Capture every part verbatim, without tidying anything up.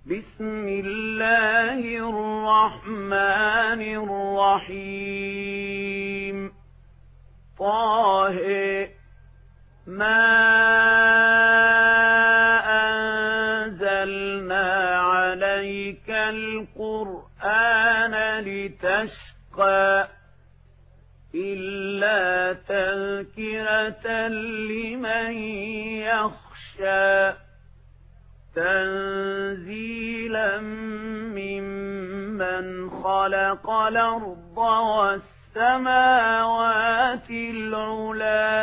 بسم الله الرحمن الرحيم طه ما أنزلنا عليك القرآن لتشقى إلا تذكرة لمن يخشى تنزيلا ممن خلق الأرض والسماوات العلى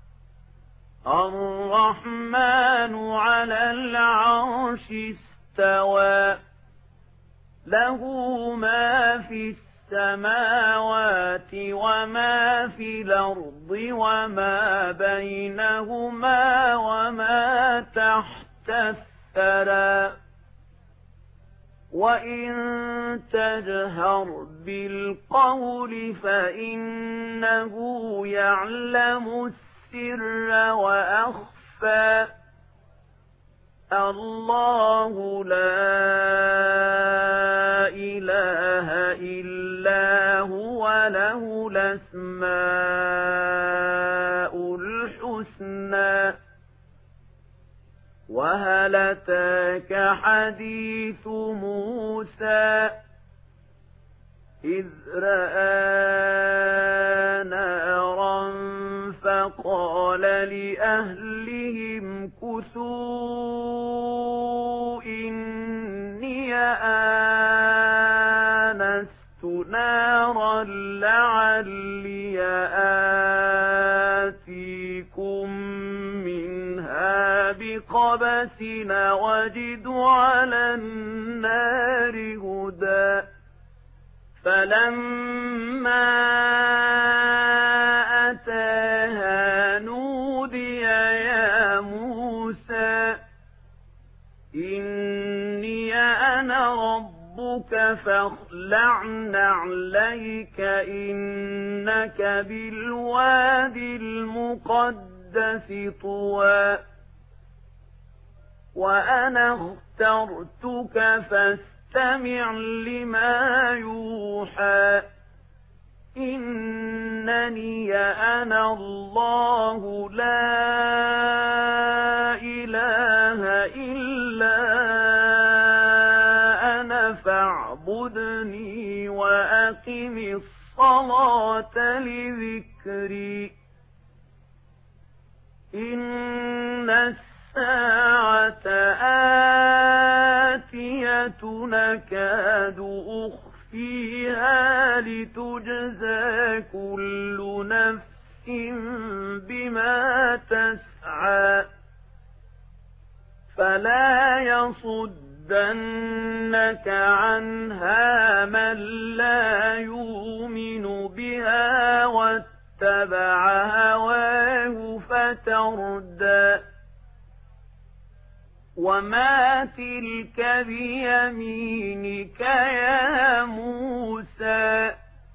الرحمن على العرش استوى له ما في السماوات وما في الأرض وما بينهما وما تحت الثرى وإن تجهر بالقول فإنه يعلم السر وأخفى الله لا إله إلا هو له الأسماء الحسنى وهل أتاك حديث موسى إذ رأى نارا فقال لأهلهم كثوا إني آنست نارا لعلي آتيكم منها بقبس وجد على النار هدى فلما أتاها نودي يا موسى إني أنا ربك فاخلع نعليك إنك بالواد المقدس طوى وأنا اخترتك فاستمع لما يوحى إنني أنا الله لا إله إلا أنا فاعبدني وأقم الصلاة لذكري إن الساعة آتية نكاد أخفيها لتجزى كل نفس بما تسعى فلا يصدنك عنها من لا يؤمن بها واتبع هواه فتردى وما تلك بيمينك يا موسى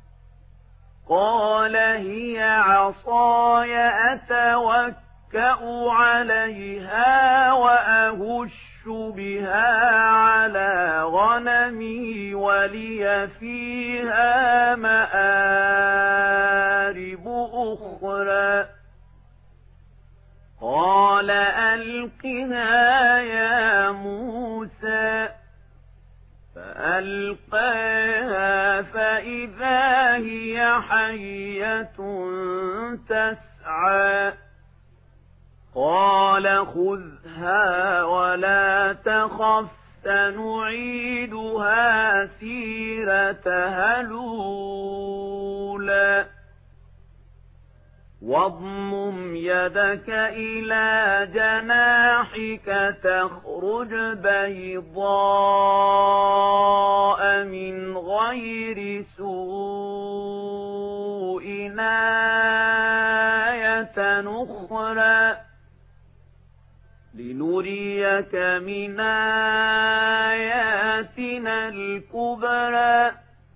قال هي عصاي أتوكأ عليها وأهش بها على غنمي ولي فيها مآرب أخرى قال ألقها يا موسى فألقاها فإذا هي حية تسعى قال خذها ولا تخف سنعيدها سيرتها الأولى واضمم يدك إلى جناحك تخرج بيضاء من غير سوء آية أخرى لنريك من آياتنا الكبرى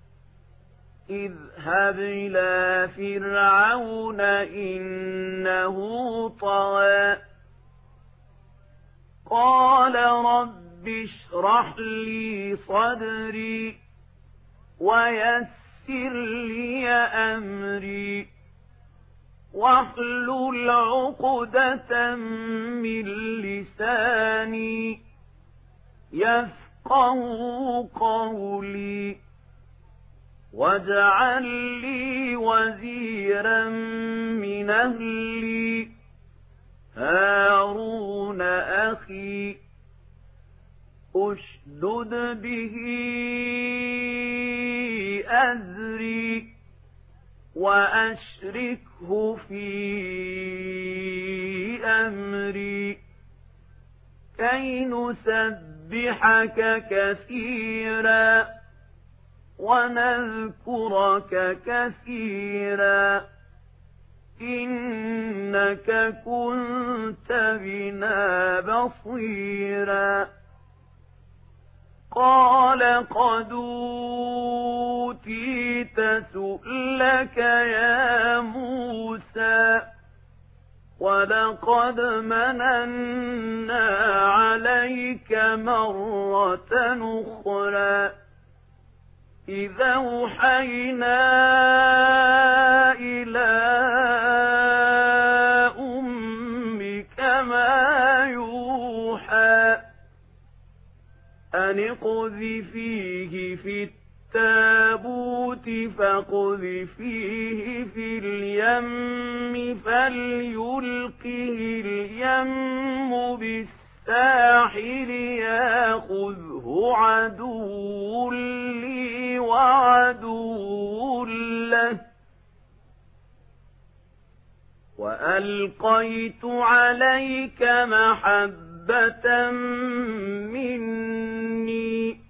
اذهب إلى فرعون إنه طغى قال رب رب اشرح لي صدري ويسر لي أمري واحلل عقدة من لساني يفقهوا قولي واجعل لي وزيرا من أهلي هارون أخي أشدد به أزري وأشركه في أمري كي نسبحك كثيرا ونذكرك كثيرا إنك كنت بنا بصيرا قال قد أوتيت سؤلك يا موسى ولقد مننا عليك مرة أخرى إذا أوحينا إلى أمك ما يوحى أن اقذفيه في التابوت فاقذفيه في اليم فليلقه اليم بالساحل ياخذه عدو لي وعدو له وألقيت عليك محبة مني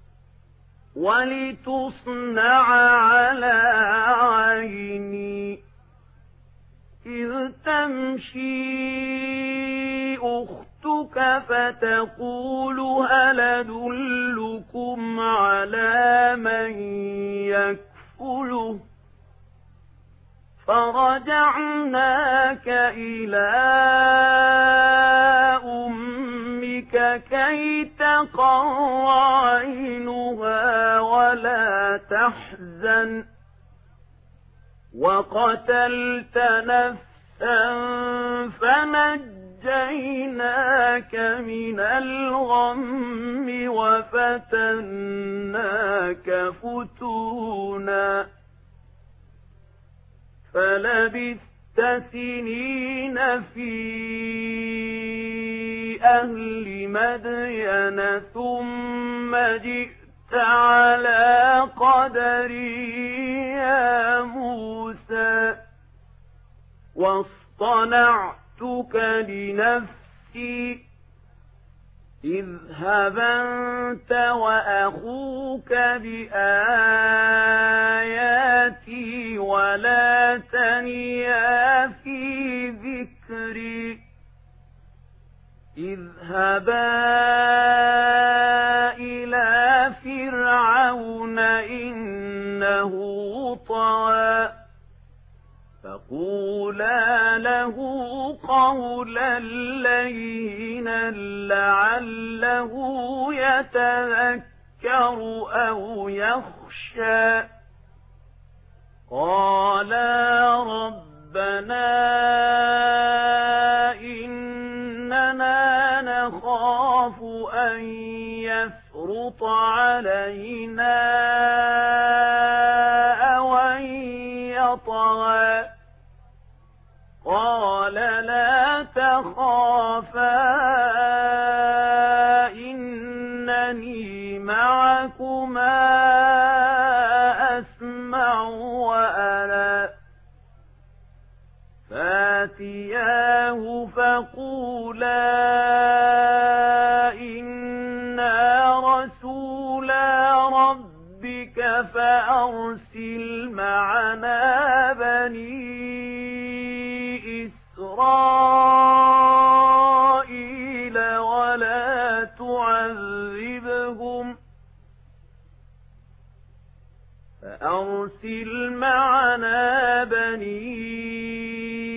ولتصنع على عيني إذ تمشي أختك فتقول هل أدلكم على من يكفله فرجعناك إلى أمك كي تقر عينها ولا تحزن وقتلت نفسا فنجيناك من الغم وفتناك فتونا فلبثت سنين في أهل مدين ثم جئت على قدري يا موسى واصطنعتك لنفسي اذهب أنت وأخوك بآياتي ولا تنيا في ذكري اذهبا إلى فرعون إنه طغى فقولا له قولا لينا لعله يتذكر أو يخشى قالا ربنا إننا نخاف أن يفرط علينا أو أن يطغى قال لا تخافا إنني معكما أسمع وأرى فاتياه فقولا إنا رسولا ربك فأرسل معنا بني إسرائيل ولا تعذبهم فأرسل معنا بني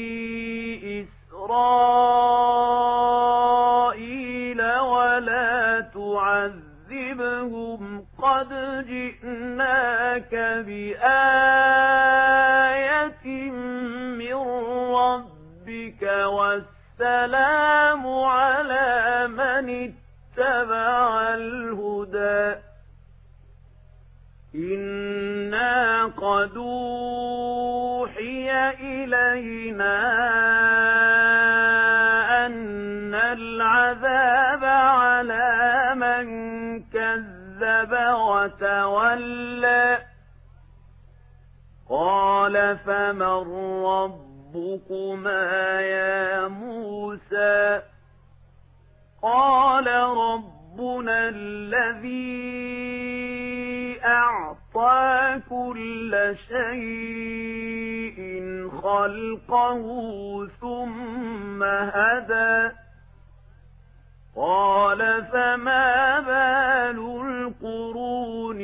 إسرائيل ولا تعذبهم قد جئناك بآية من ربك والسلام على من اتبع الهدى إنا قد أوحي إلينا أن العذاب على من كذب وتولى قال فمن ربكما يا موسى قال ربنا الذي أعطى كل شيء خلقه ثم هدى قال فما بال القرون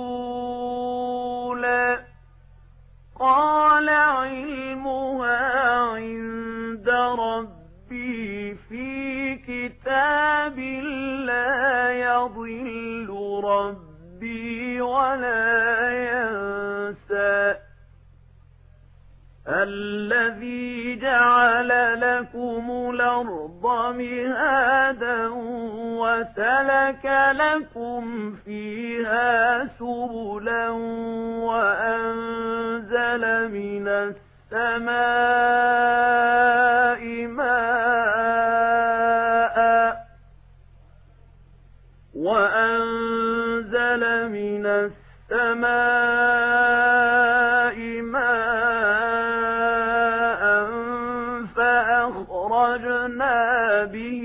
الأولى قال علمها عند ربي في كتاب لا يضل ربي ولا ينسى الذي جعل لكم الأرض مهادا وسلك لكم فيها سبلا وأنزل من السماء ماء وأنزل من السماء ماء فأخرجنا به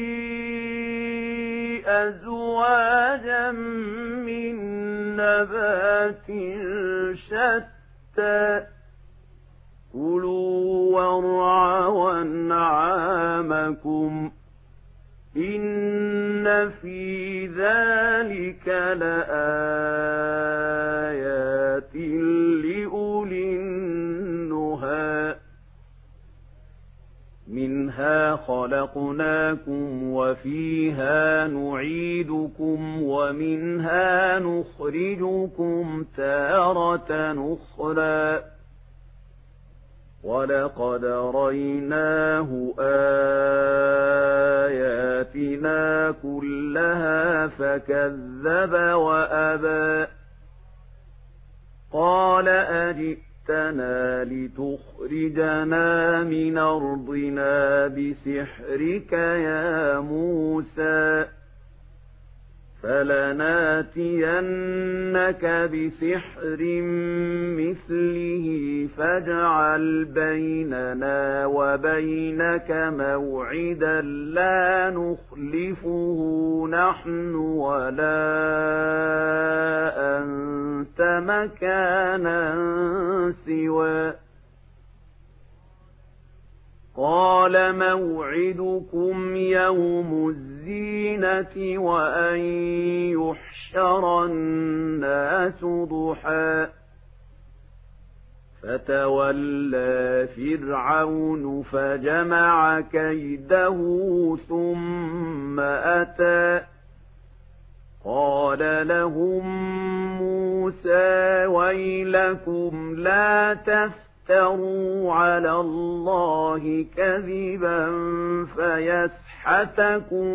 أزواجا من نبات شتى كلوا وارعوا أنعامكم إن في ذلك لآيات لأولي النهى منها خلقناكم وفيها نعيدكم ومنها نخرجكم تارة أخرى ولقد ريناه آياتنا كلها فكذب وأبى قال أجئتنا لتخرجنا من أرضنا بسحرك يا موسى فلناتينك بسحر مثله فاجعل بيننا وبينك موعدا لا نخلفه نحن ولا أنت مكانا سوى قال موعدكم يوم الزينة وأن يحشر الناس ضحى فتولى فرعون فجمع كيده ثم أتى قال لهم موسى ويلكم لا تفتروا افتروا على الله كذبا فيسحتكم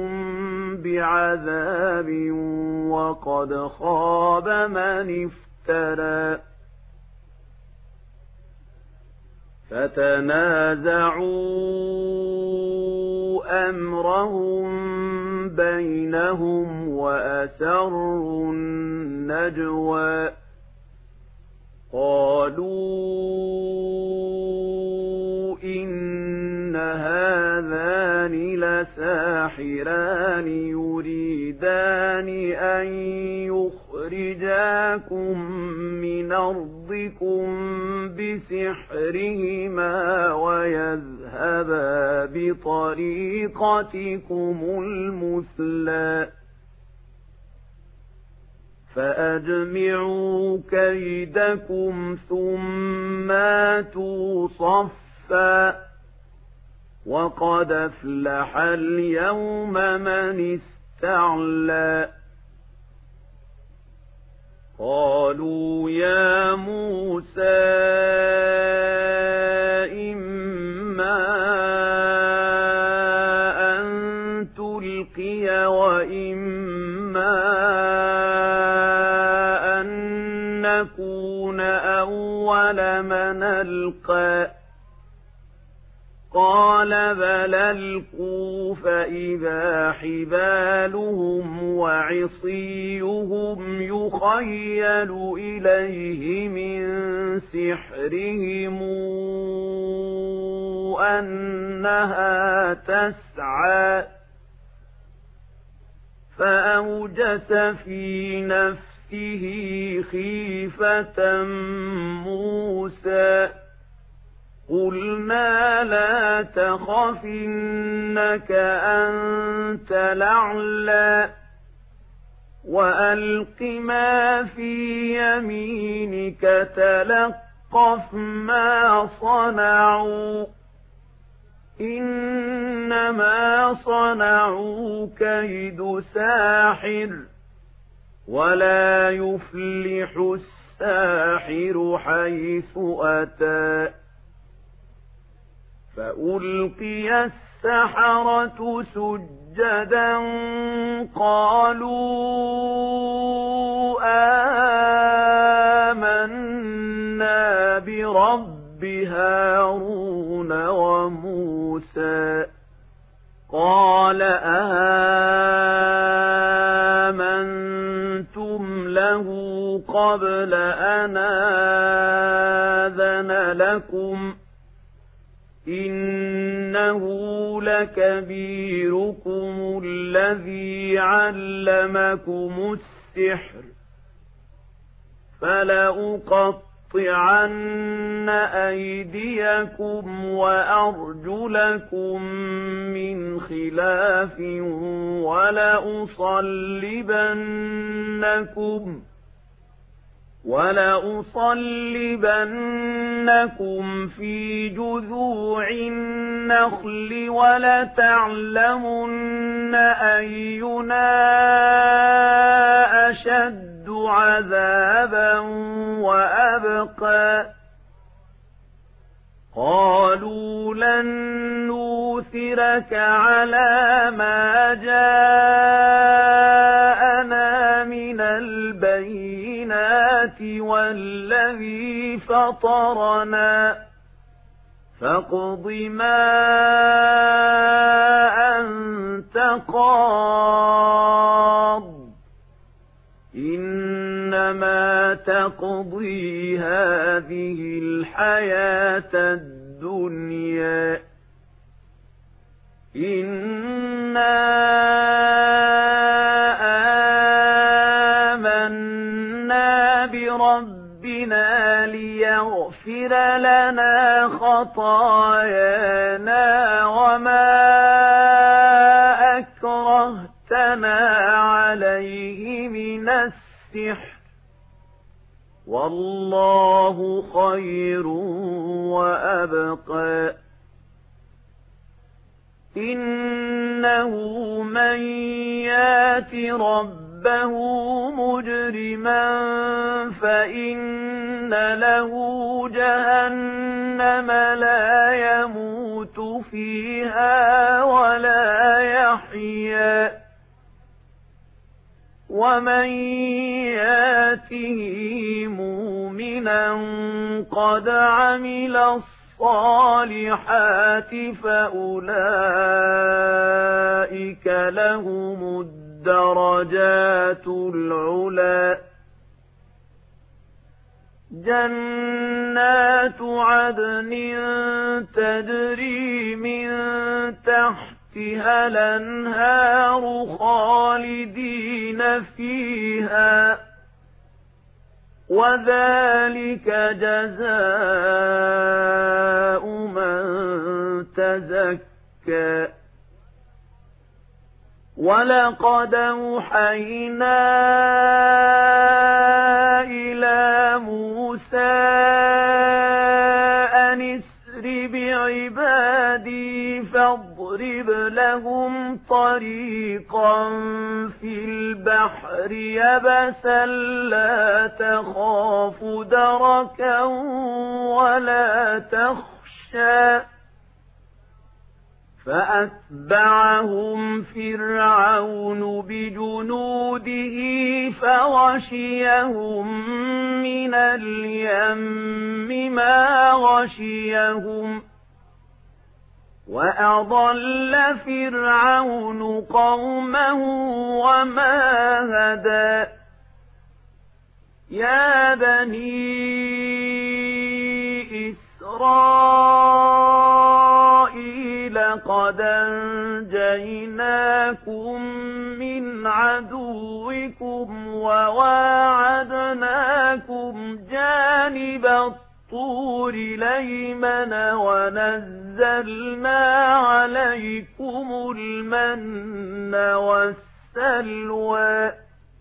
بعذاب وقد خاب من افترى فتنازعوا أمرهم بينهم وأسروا النجوى قالوا إن هذان لساحران يريدان أن يخرجاكم من أرضكم بسحرهما ويذهبا بطريقتكم المثلى فأجمعوا كيدكم ثم آتوا صفا وقد أفلح اليوم من تَعْلَى قالوا يا موسى إما أن تلقي وإما أن نكون أول من ألقى قال بل ألقوا فإذا حبالهم وعصيهم يخيل إليه من سحرهم أنها تسعى فأوجس في نفسه خيفة موسى قلنا لا تخف إنك أنت الأعلى وألق ما في يمينك تلقف ما صنعوا إنما صنعوا كيد ساحر ولا يفلح الساحر حيث أتى فألقي السحرة سجدا قالوا آمنا برب هارون وموسى قال آمنتم له قبل أن آذن لكم إنه لكبيركم الذي علمكم السحر فلأقطعن أيديكم وأرجلكم من خلاف ولأصلبنكم ولأصلبنكم في جذوع النخل ولتعلمن أينا أشد عذابا وأبقى قالوا لن نؤثرك على ما جاءنا من البينات والذي فطرنا فاقض ما أنت قاض إنما تقضي هذه الحياة الدنيا إنا آمنا بربنا ليغفر لنا خطايانا وما أكرهتنا عليه من السحر والله خير وأبقى إنه من يات ربه مجرما فإن له جهنم لا يموت فيها ولا يحيا ومن ياته مؤمنا قد عمل الصالحات فأولئك لهم الدرجات العلى جنات عدن تجري من تحتها الأنهار خالدين فيها وذلك جزاء من تزكى ولقد أوحينا إلى موسى أن اسر بعبادي فاضرب لنا لهم طريقا في البحر يبسا لا تخاف دركا ولا تخشى فأتبعهم فرعون بجنوده فغشيهم من اليم ما غشيهم وأضل فرعون قومه وما هدى يا بني إسرائيل قد أنجيناكم من عدوكم وواعدناكم جانب الطور الأيمن ونزلنا عليكم المن والسلوى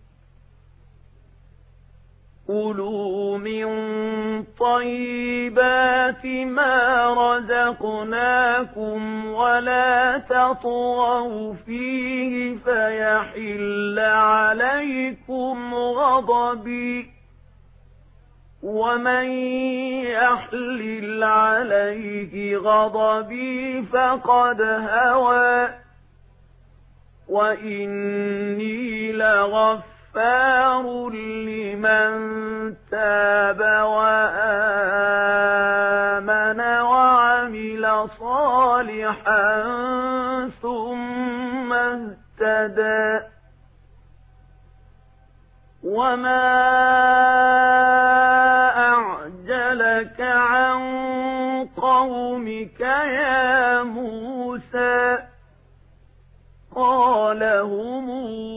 كلوا من طيبات ما رزقناكم ولا تطغوا فيه فيحل عليكم غضبي ومن يحلل عليه غضبي فقد هوى وإني لغفار لمن تاب وآمن وعمل صالحا ثم اهتدى وما أعجلك عن قومك يا موسى قال هم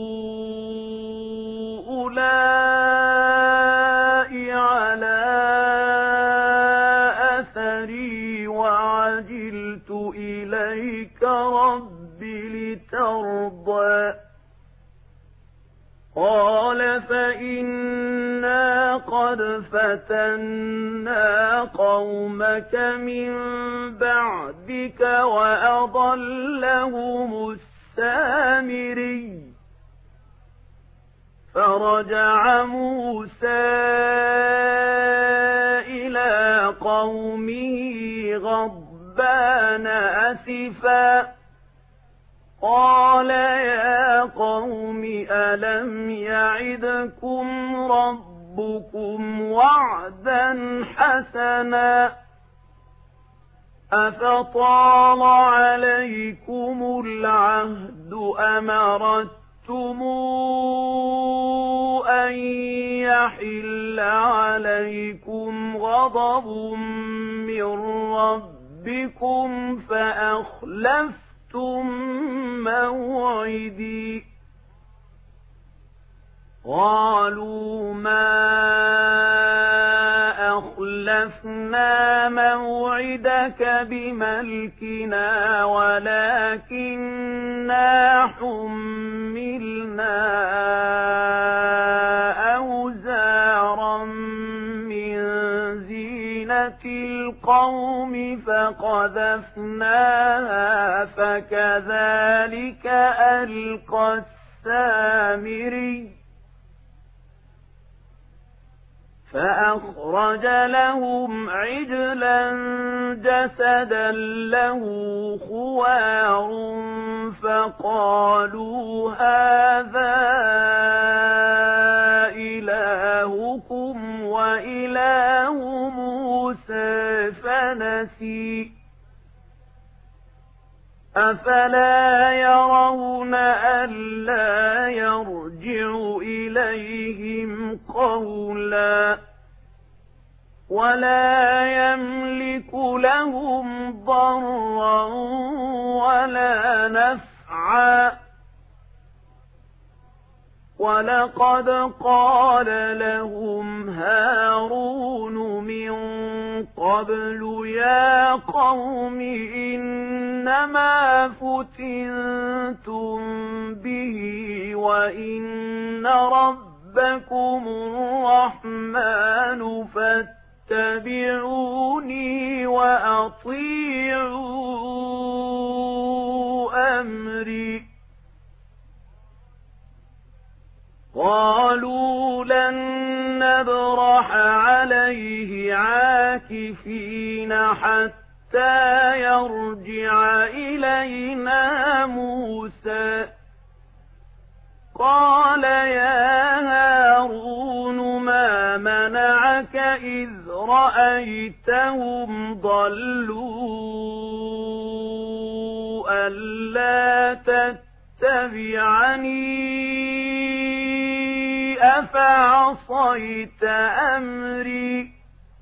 أولئك على أثري وعجلت إليك رب لترضى قال فإنا قد فتنا قومك من بعدك وأضلهم السامري فرجع موسى إلى قومه غضبان أسفا قال يا قوم ألم يعدكم ربكم وعدا حسنا أفطال عليكم العهد أم أردتم أن يحل عليكم غضب من ربكم فأخلفتم موعدي قالوا ما أخلفنا موعدك بملكنا ولكننا حملنا أوزارا من زينة القوم فقذفناها فكذلك ألقى السامري فأخرج لهم عجلا جسدا له خوار فقالوا هذا إلهكم وإله موسى فنسي أفلا يرون ألا يرجع إليهم قولا ولا يملك لهم ضرا ولا نفعا ولقد قال لهم هارون من قبل يا قوم إنما فتنتم به وإن ربكم الرحمن فاتبعوني وأطيعوا أمري قالوا لن نبرح عليه عاكفين حتى يرجع إلينا موسى قال يا هارون ما منعك إذ رأيتهم ضلوا ألا تتبعني أفعصيت أمري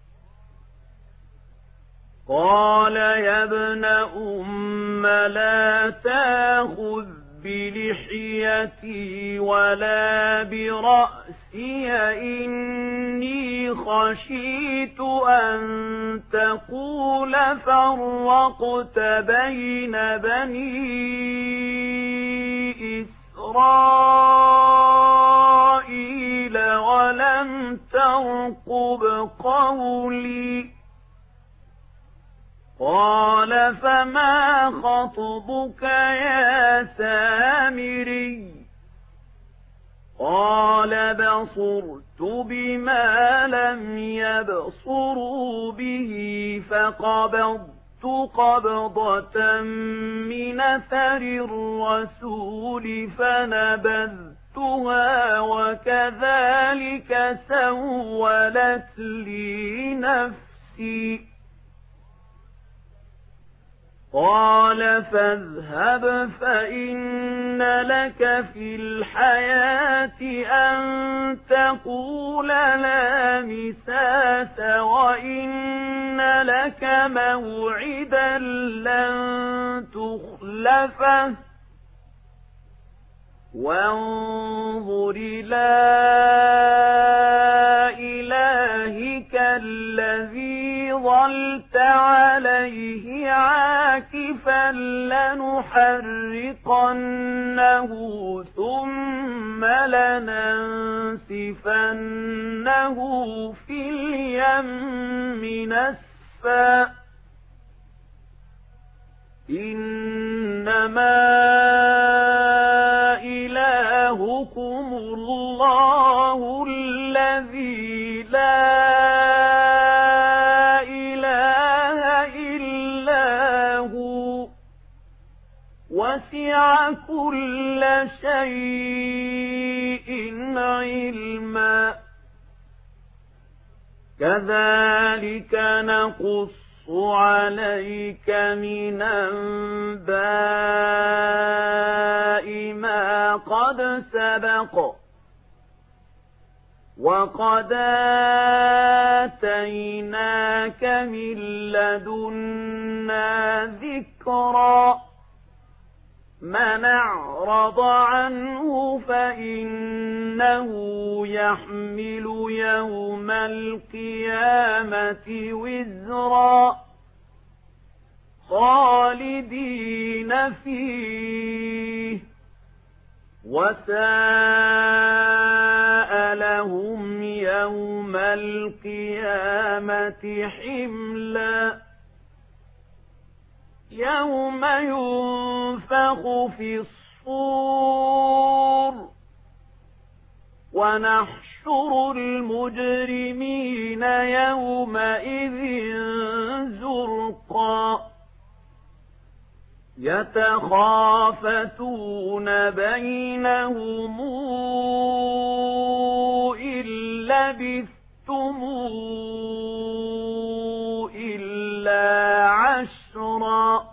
قال يا ابن أم لا تأخذ بلحيتي ولا برأسي إني خشيت أن تقول فرقت بين بني إسرائيل ولم ترقب قولي قال فما خطبك يا سامري قال بصرت بما لم يبصروا به فقبضت قبضة من أثر الرسول فنبذتها وكذلك سولت لي نفسي قال فاذهب فإن لك في الحياة أن تقول لا مساس وإن لك موعدا لن تخلفه وانظر إلى إلهك الذي ظلت عليه عاكفا لنحرقنه ثم لننسفنه في اليم نسفا إنما إلهكم الله الذي لا إله إلا هو وسع كل شيء علما كذلك نقص عليك من أنباء ما قد سبق وقد آتيناك من لدنا ذكرا من أعرض عنه فإنه يحمل يوم القيامة وزرا خالدين فيه وساء لهم يوم القيامة حملا يوم ينفخ في الصور ونحشر المجرمين يومئذ زرقا يتخافتون بينهم إن لبثتم إلا عشرا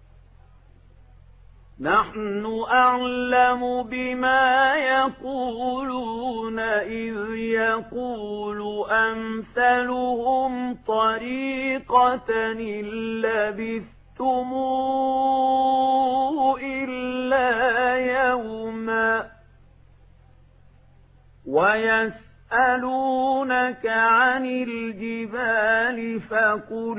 نحن أعلم بما يقولون إذ يقول أمثلهم طريقة إن لبثتم إلا يوما ويسألونك عن الجبال فقل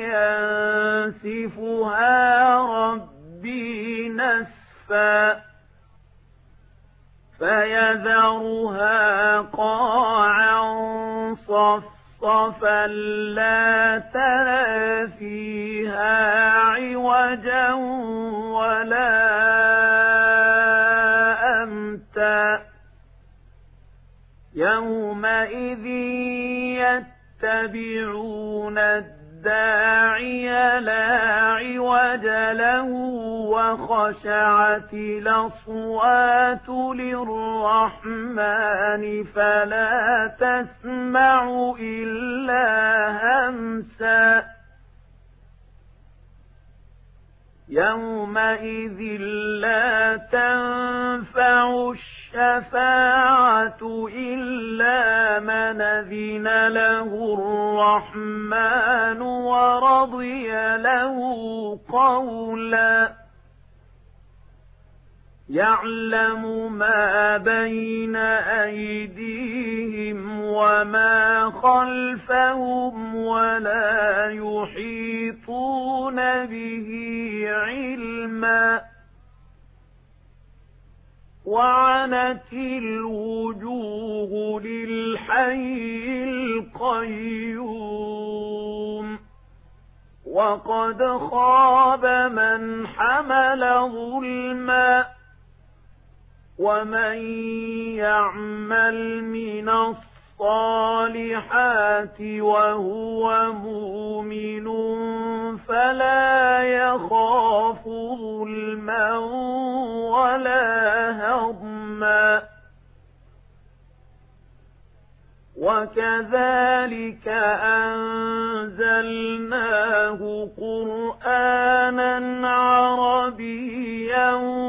ينسفها ربي نسفا فيذرها قاعا صفصفا لا ترى فيها عوجا ولا أمتا يومئذ يتبعون الداعي لا عوج له وخشعت الأصوات للرحمن فلا تسمع إلا همسا يومئذ لا تنفع الشفاعة إلا من أذن له الرحمن ورضي له قولا يعلم ما بين أيديهم وما خلفهم ولا يحيطون به علما وعنت الوجوه للحي القيوم وقد خاب من حمل ظلما ومن يعمل من الصالحات وهو مؤمن فلا يخاف ظلما ولا هضما وكذلك أنزلناه قرآنا عربيا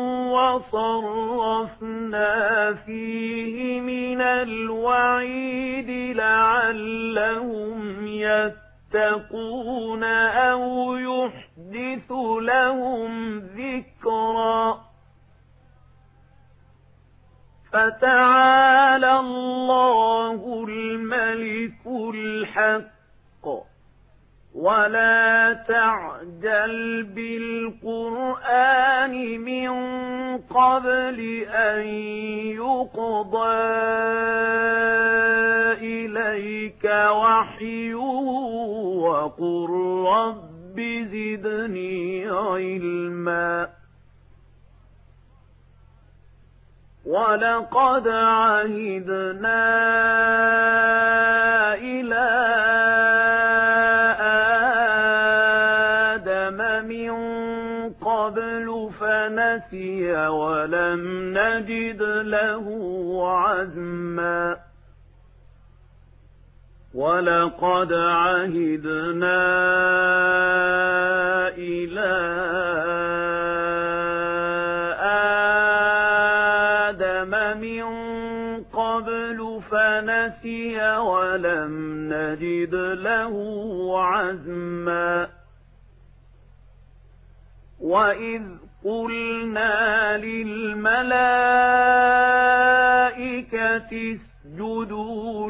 وصرفنا فيه من الوعيد لعلهم يتقون أو يحدث لهم ذكرا فتعالى الله الملك الحق ولا تعجل بالقرآن من قبل أن يقضى إليك وحيه وقل رب زدني علما ولقد عهدنا إلى آدم من قبل فنسي ولم نجد له عزما ولقد عهدنا إلى فنسي ولم نجد له عزما وإذ قلنا للملائكة اسجدوا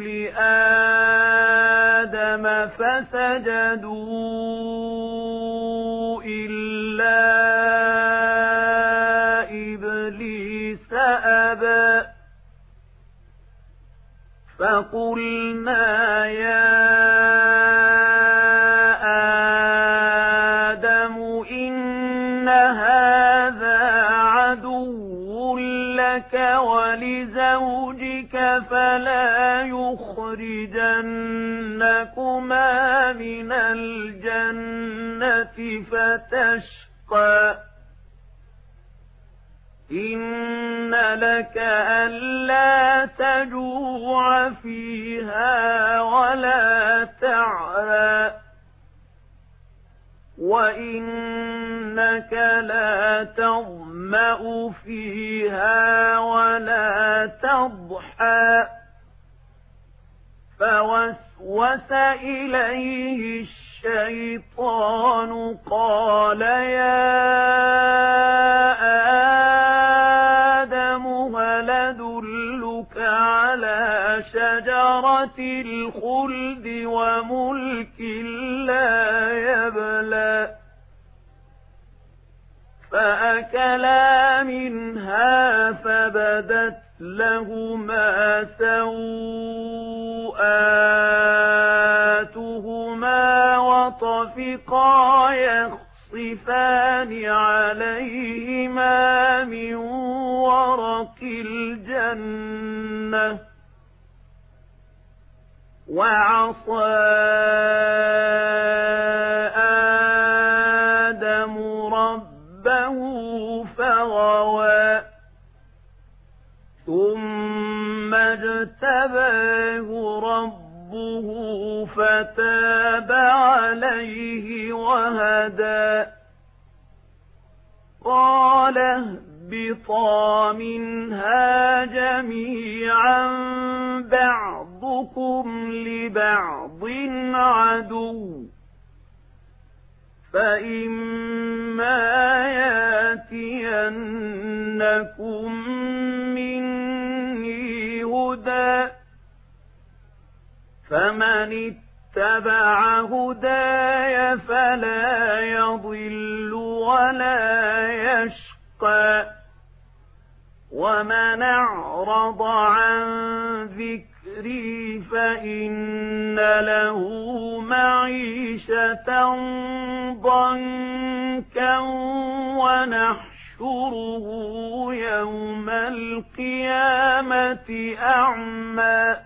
لآدم فسجدوا إلا إبليس أبى فقلنا يا آدم إن هذا عدو لك ولزوجك فلا يخرجنكما من الجنة فتشقى إن لك ألا تجوع فيها ولا تعرى وإنك لا تظمأ فيها ولا تضحى فوسوس إليه الشيطان قال يا آدم هل أدلك على شجرة الخلد وملك لا يبلى فأكلا منها فبدت لهما سوآتهما وطفقا يخصفان عليهما من ورق الجنة وعصى آدم ربه فغوى ثم اجتباه ربه فتاب عليه وهدى قال اهبطا منها جميعا بعضكم لبعض عدو فإما ياتينكم مني هدى فمن اتبع هداي فلا يضل ولا يشقى ومن أعرض عن ذكري فإن له معيشة ضنكا ونحشره يوم القيامة أعمى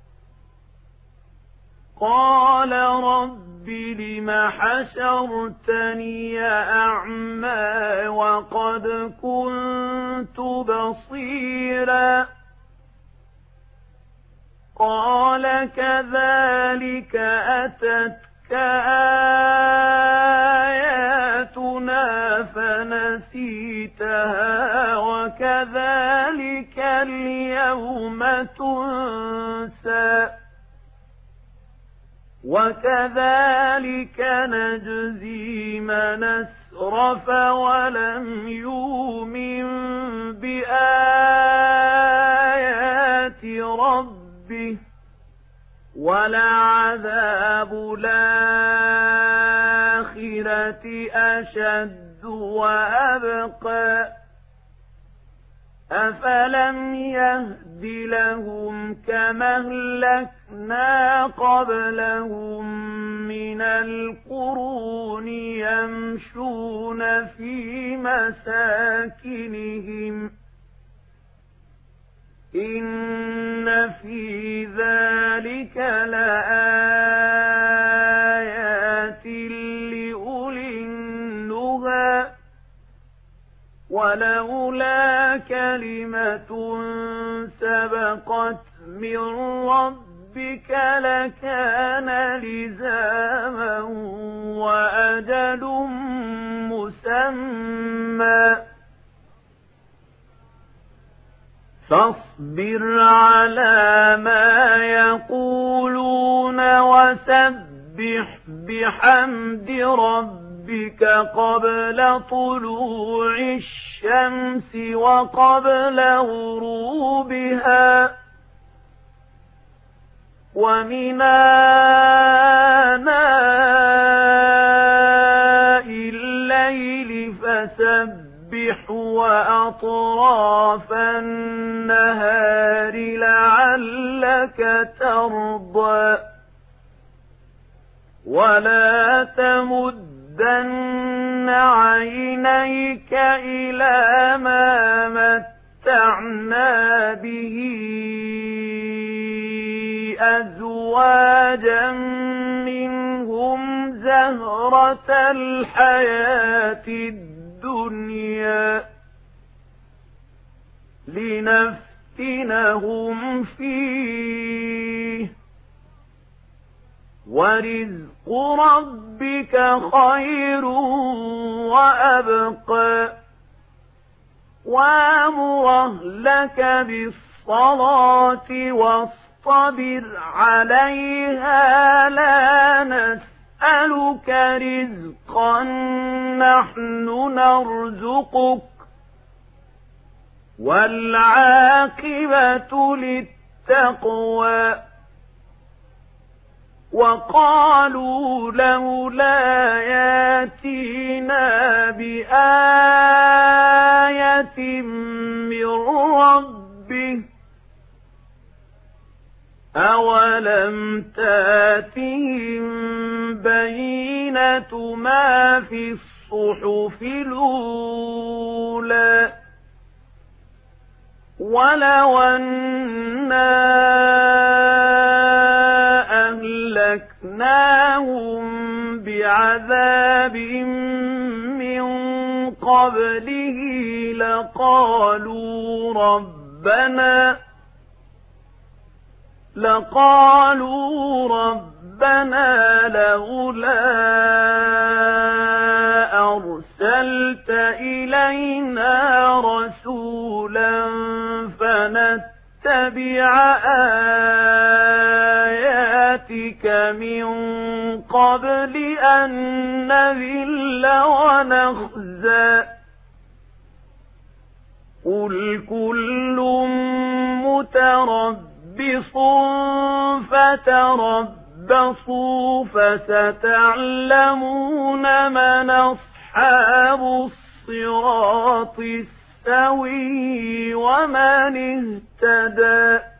قال رب لم حشرتني أعمى وقد كنت بصيرا قال كذلك أتتك آياتنا فنسيتها وكذلك اليوم تنسى وكذلك نجزي من أسرف ولم يؤمن بآيات ربه ولعذاب الآخرة أشد وأبقى أفلم يهد لهم كما أهلكنا قبلهم من القرون يمشون في مساكنهم إن في ذلك لآيات لأولي النهى ولولا كلمة سبقت من ربك لكان لزاما وأجل مسمى فاصبر على ما يقولون وسبح بحمد ربك قبل طلوع الشمس وقبل غروبها ومن آناء الليل فسبح وأطراف النهار لعلك ترضى ولا تمدن عينيك إلى ما متعنا به أزواجا منهم زهرة الحياة الدنيا لنفتنهم فيه ورزق ربك خير وأبقى وأمر أهلك بالصلاة واصطبر عليها لا نسألك رزقا نحن نرزقك والعاقبة للتقوى وقالوا لولا ياتينا بآية من ربه أولم تاتهم بينة ما في الصحف الأولى ولو أنا قبلهم بعذاب من قبله لقالوا ربنا لقالوا ربنا لولا أرسلت إلينا رسولا فنتبع آياتك من قبل أن نذل ونخزى قل كل متربص فتربصوا فستعلمون من أصحاب الصراط السوي ومن اهتدى.